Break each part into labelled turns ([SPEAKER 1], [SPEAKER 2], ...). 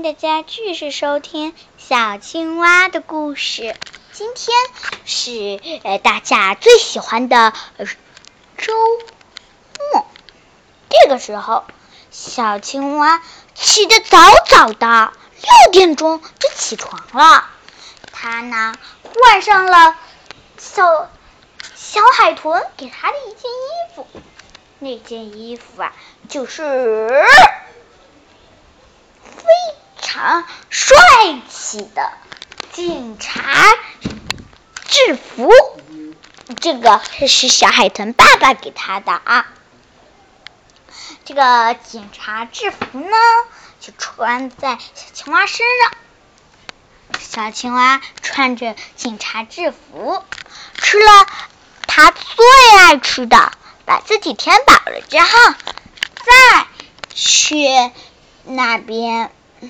[SPEAKER 1] 迎大家继续收听小青蛙的故事。今天是大家最喜欢的周末。这个时候，小青蛙起得早早的，6点钟就起床了。它呢换上了小海豚给它的一件衣服，那件衣服啊就是非常帅气的警察制服，这个是小海豚爸爸给他的啊。这个警察制服呢就穿在小青蛙身上，小青蛙穿着警察制服，吃了他最爱吃的，把自己填饱了之后，再去那边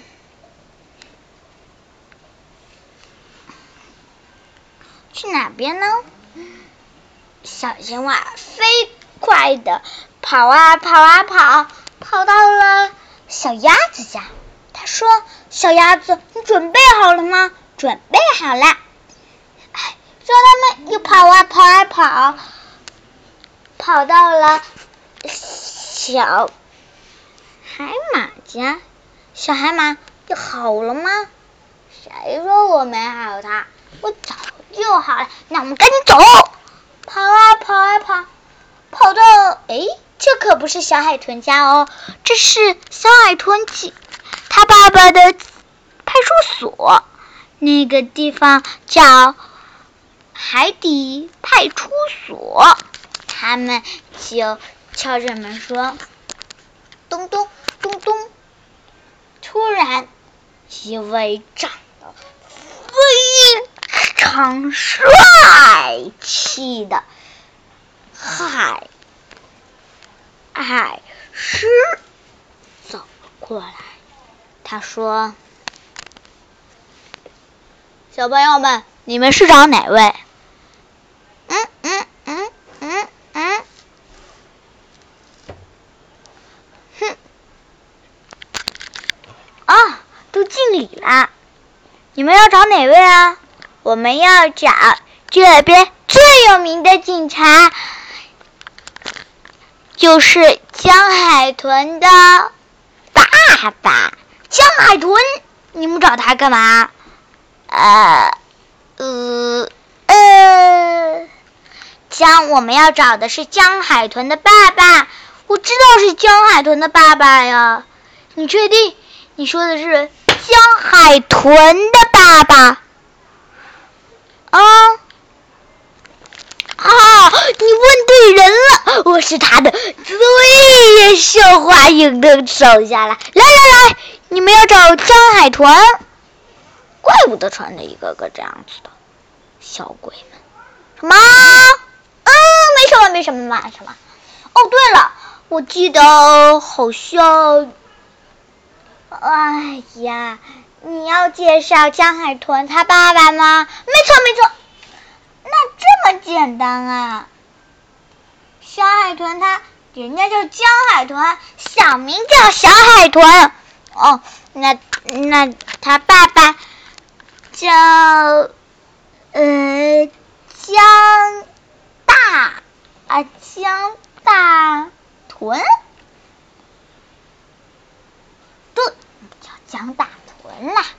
[SPEAKER 1] 呢？小青蛙飞快的跑啊跑，跑到了小鸭子家。他说：“小鸭子，你准备好了吗？”“准备好了。”就他们又跑啊跑，跑到了小海马家。小海马，你好了吗？谁说我没好它？我早就好了。那我们赶紧走。跑啊跑到这可不是小海豚家哦，这是小海豚他爸爸的派出所，那个地方叫海底派出所。他们就敲着门说：“咚咚咚咚。”突然，一位长得非常帅气的海狮走过来。他说：“小朋友们，你们是找哪位？”都敬礼啦。你们要找哪位啊？我们要找这边最有名的警察，就是江海豚的爸爸。江海豚，你们找他干嘛？我们要找的是江海豚的爸爸。我知道是江海豚的爸爸呀。你确定？你说的是江海豚的爸爸？你问对人了，我是他的最受欢迎的手下了。来，你们要找江海豚？怪不得穿着一个个这样子的小鬼们。什么？没什么。哦，对了，我记得好像，你要介绍江海豚他爸爸吗？没错，那这么简单啊。小海豚人家叫江海豚，小名叫小海豚。那他爸爸叫江大豚。对，叫江大豚啦。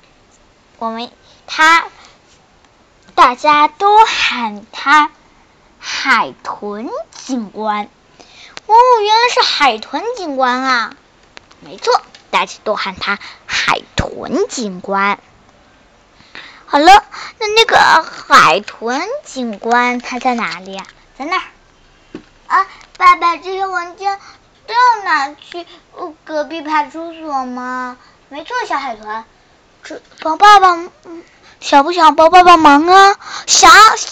[SPEAKER 1] 大家都喊他海豚警官。原来是海豚警官啊。没错，大家都喊他海豚警官。好了，那个海豚警官他在哪里啊？在那儿。爸爸，这些文件都要拿去隔壁派出所吗？没错，小海豚。帮爸爸，想不想帮爸爸忙啊？想。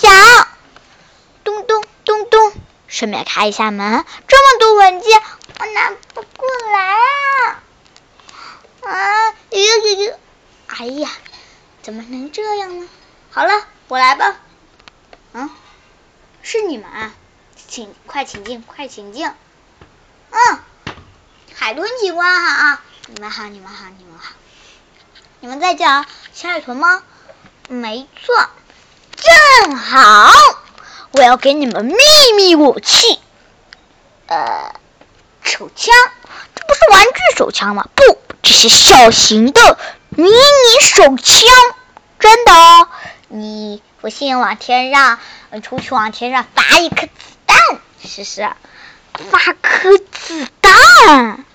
[SPEAKER 1] 咚咚咚咚，顺便开一下门。这么多文件，我拿不过来啊！怎么能这样呢？好了，我来吧。是你们啊？快请进。海豚警官好。你们好。 你们在讲小海豚吗？没错，正好我要给你们秘密武器，手枪。这不是玩具手枪吗？不，这是小型的迷你手枪，真的哦。你不信往天上出去往天上发一颗子弹试试，发颗子弹，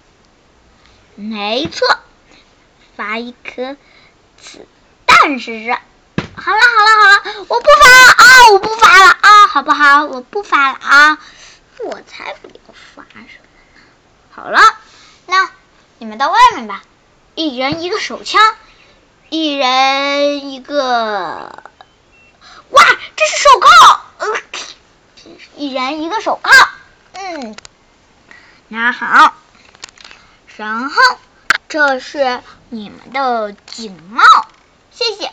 [SPEAKER 1] 没错，发一颗子弹试试。好了，我不发了啊！我不发了啊，好不好？我不发了啊！我才不要发什么呢！好了，那你们到外面吧，一人一个手枪，一人一个。哇，这是手铐！一人一个手铐。那好，然后这是你们的警帽，谢谢。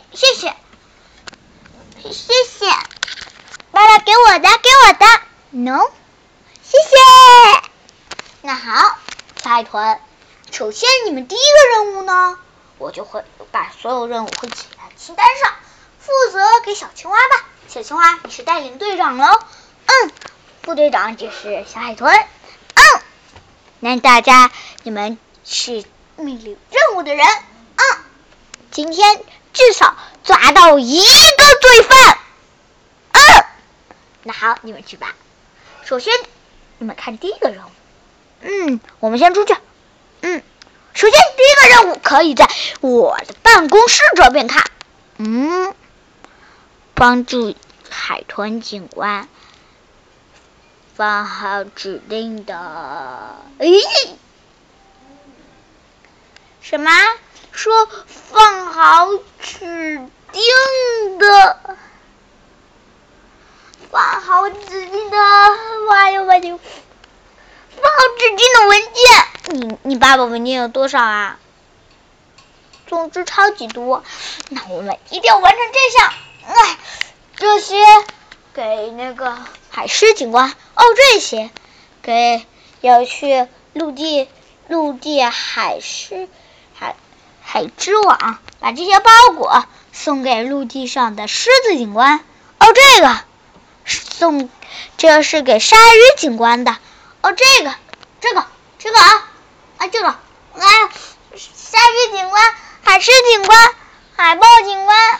[SPEAKER 1] 爸爸给我的 ，no， 谢谢。那好，小海豚，首先你们第一个任务呢，我就会把所有任务会写在清单上，负责给小青蛙吧。小青蛙，你是带领队长喽。副队长就是小海豚。那大家你们是命令任务的人。今天至少抓到一个罪犯。那好，你们去吧。首先，你们看第一个任务。我们先出去。首先第一个任务可以在我的办公室这边看。帮助海豚警官放好指定的。什么？说放好指定的？放好指定的？哇哟！放好指定的文件。你爸爸文件有多少啊？总之超级多。那我们一定要完成这项。这些给那个海狮警官。这些给要去陆地海之网，把这些包裹送给陆地上的狮子警官。这是给鲨鱼警官的。这个鲨鱼警官、海狮警官、海豹警官，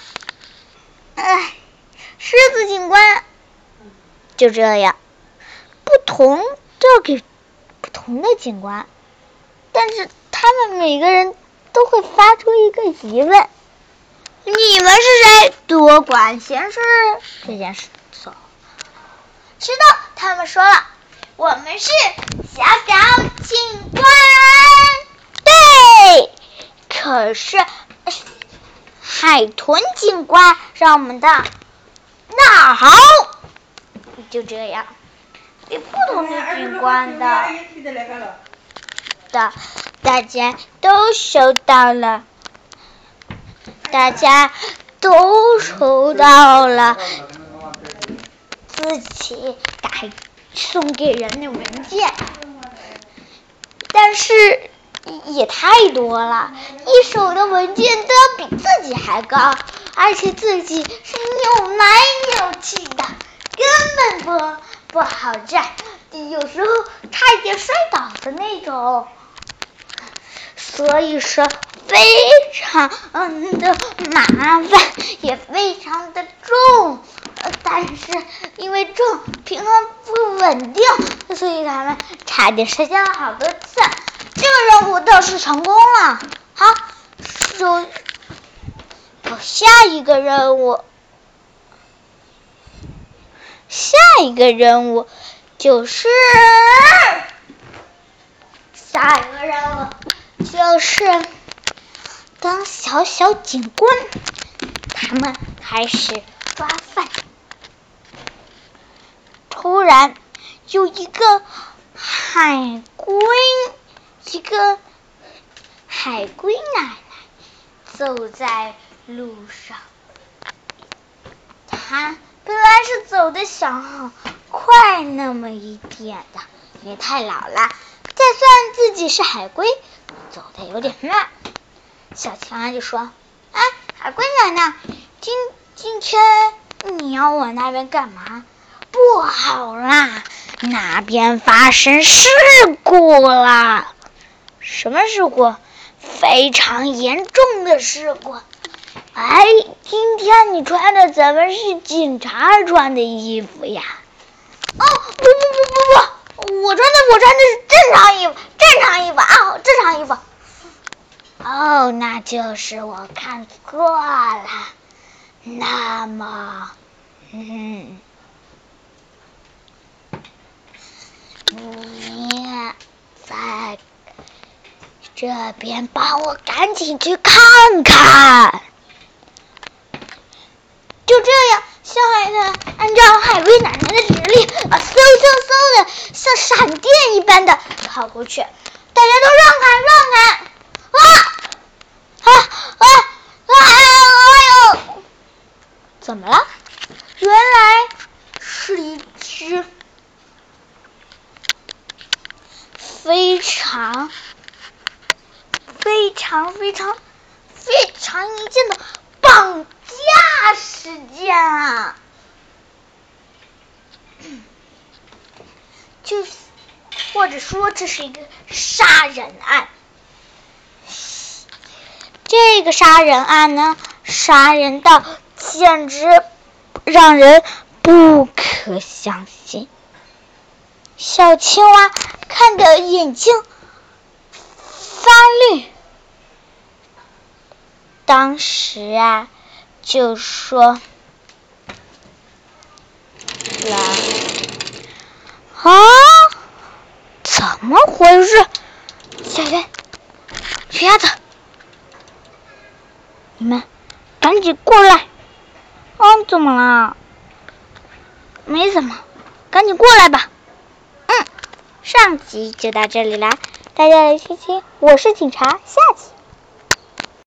[SPEAKER 1] 狮子警官，就这样，不同的给不同的警官，但是他们每个人都会发出一个疑问：你们是谁？多管闲事。这件事错。知道他们说了，我们是小小警官。对，可是海豚警官让我们的。那好，就这样，给不同的警官的大家都收到了，自己该送给人的文件，但是也太多了，一手的文件都比自己还高，而且自己是又难又气的，根本不好站，有时候差一点摔倒的那种，所以说非常的麻烦，也非常的重，但是因为重，平衡不稳定，所以他们差点摔跤了好多次。这个任务倒是成功了。好，下一个任务就是当小小警官，他们开始抓饭。突然有一个海龟奶奶走在路上，她本来是走的想快那么一点的，因为太老了，再算自己是海龟，走的有点慢。 小青蛙就说：“哎，海龟奶奶，今天你要我那边干嘛？不好啦，那边发生事故了。”“什么事故？”“非常严重的事故。”“哎，今天你穿的怎么是警察穿的衣服呀？”“哦，不，我穿的是正常衣服啊，正常衣服。”“哦，那就是我看错了。那么，你在这边帮我赶紧去看看。”就这样，小海豚按照海龟奶奶的指令，嗖的像闪电一般的跑过去。大家都让开！哎呦！怎么了？原来是一只非常严重的绑架事件啊！或者说这是一个杀人案。这个杀人案呢，杀人到简直让人不可相信。小青蛙看得眼睛发绿，当时啊就说了：“啊，怎么回事？小鸭子，你们赶紧过来！”“怎么了？”“没怎么，赶紧过来吧。”“上集就到这里啦，大家来听听，我是警察，下集。”